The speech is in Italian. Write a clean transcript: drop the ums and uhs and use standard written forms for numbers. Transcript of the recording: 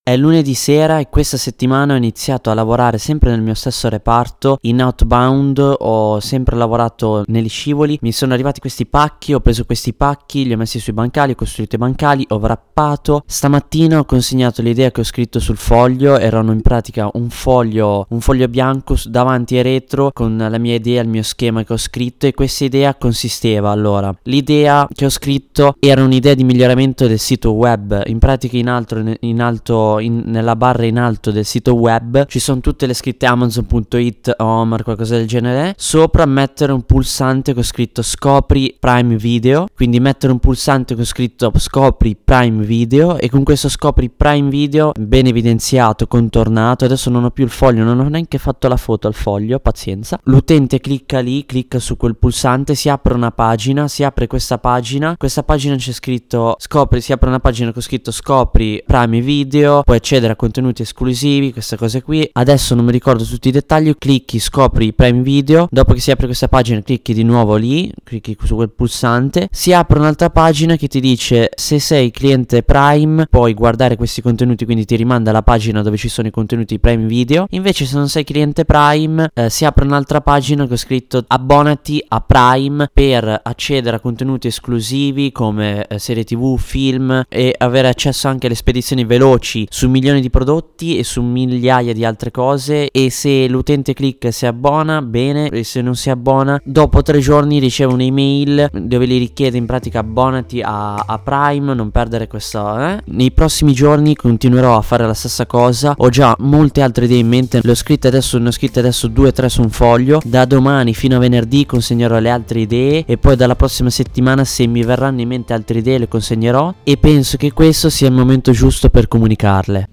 È lunedì sera e questa settimana ho iniziato a lavorare sempre nel mio stesso reparto. In outbound ho sempre lavorato negli scivoli. Mi sono arrivati questi pacchi, ho preso questi pacchi, li ho messi sui bancali, ho costruito i bancali, ho wrappato. Stamattina ho consegnato l'idea che ho scritto sul foglio. Erano in pratica un foglio bianco davanti e retro con la mia idea, il mio schema che ho scritto, e questa idea consisteva, allora, l'idea che ho scritto era un'idea di miglioramento del sito web. In pratica nella barra in alto del sito web ci sono tutte le scritte Amazon.it, Omar, qualcosa del genere. Sopra mettere un pulsante con scritto scopri Prime Video, quindi mettere un pulsante con scritto scopri Prime Video, e con questo scopri Prime Video ben evidenziato, contornato. Adesso non ho più il foglio, non ho neanche fatto la foto al foglio, pazienza. L'utente clicca lì, clicca su quel pulsante, si apre una pagina, questa pagina c'è scritto si apre una pagina con scritto scopri Prime Video, puoi accedere a contenuti esclusivi, queste cose qui. Adesso non mi ricordo tutti i dettagli. Clicchi scopri Prime Video, dopo che si apre questa pagina clicchi di nuovo lì, clicchi su quel pulsante, si apre un'altra pagina che ti dice se sei cliente Prime puoi guardare questi contenuti, quindi ti rimanda alla pagina dove ci sono i contenuti Prime Video. Invece se non sei cliente Prime si apre un'altra pagina con scritto abbonati a Prime per accedere a contenuti esclusivi come serie TV, film, e avere accesso anche alle spedizioni veloci su milioni di prodotti e su migliaia di altre cose. E se l'utente clicca e si abbona, bene, e se non si abbona, dopo 3 giorni riceve un'email dove gli richiede in pratica abbonati a Prime, non perdere questa. Nei prossimi giorni continuerò a fare la stessa cosa. Ho già molte altre idee in mente, ne ho scritte adesso 2 o 3 su un foglio. Da domani fino a venerdì consegnerò le altre idee, e poi dalla prossima settimana, se mi verranno in mente altre idee, le consegnerò, e penso che questo sia il momento giusto per comunicarle.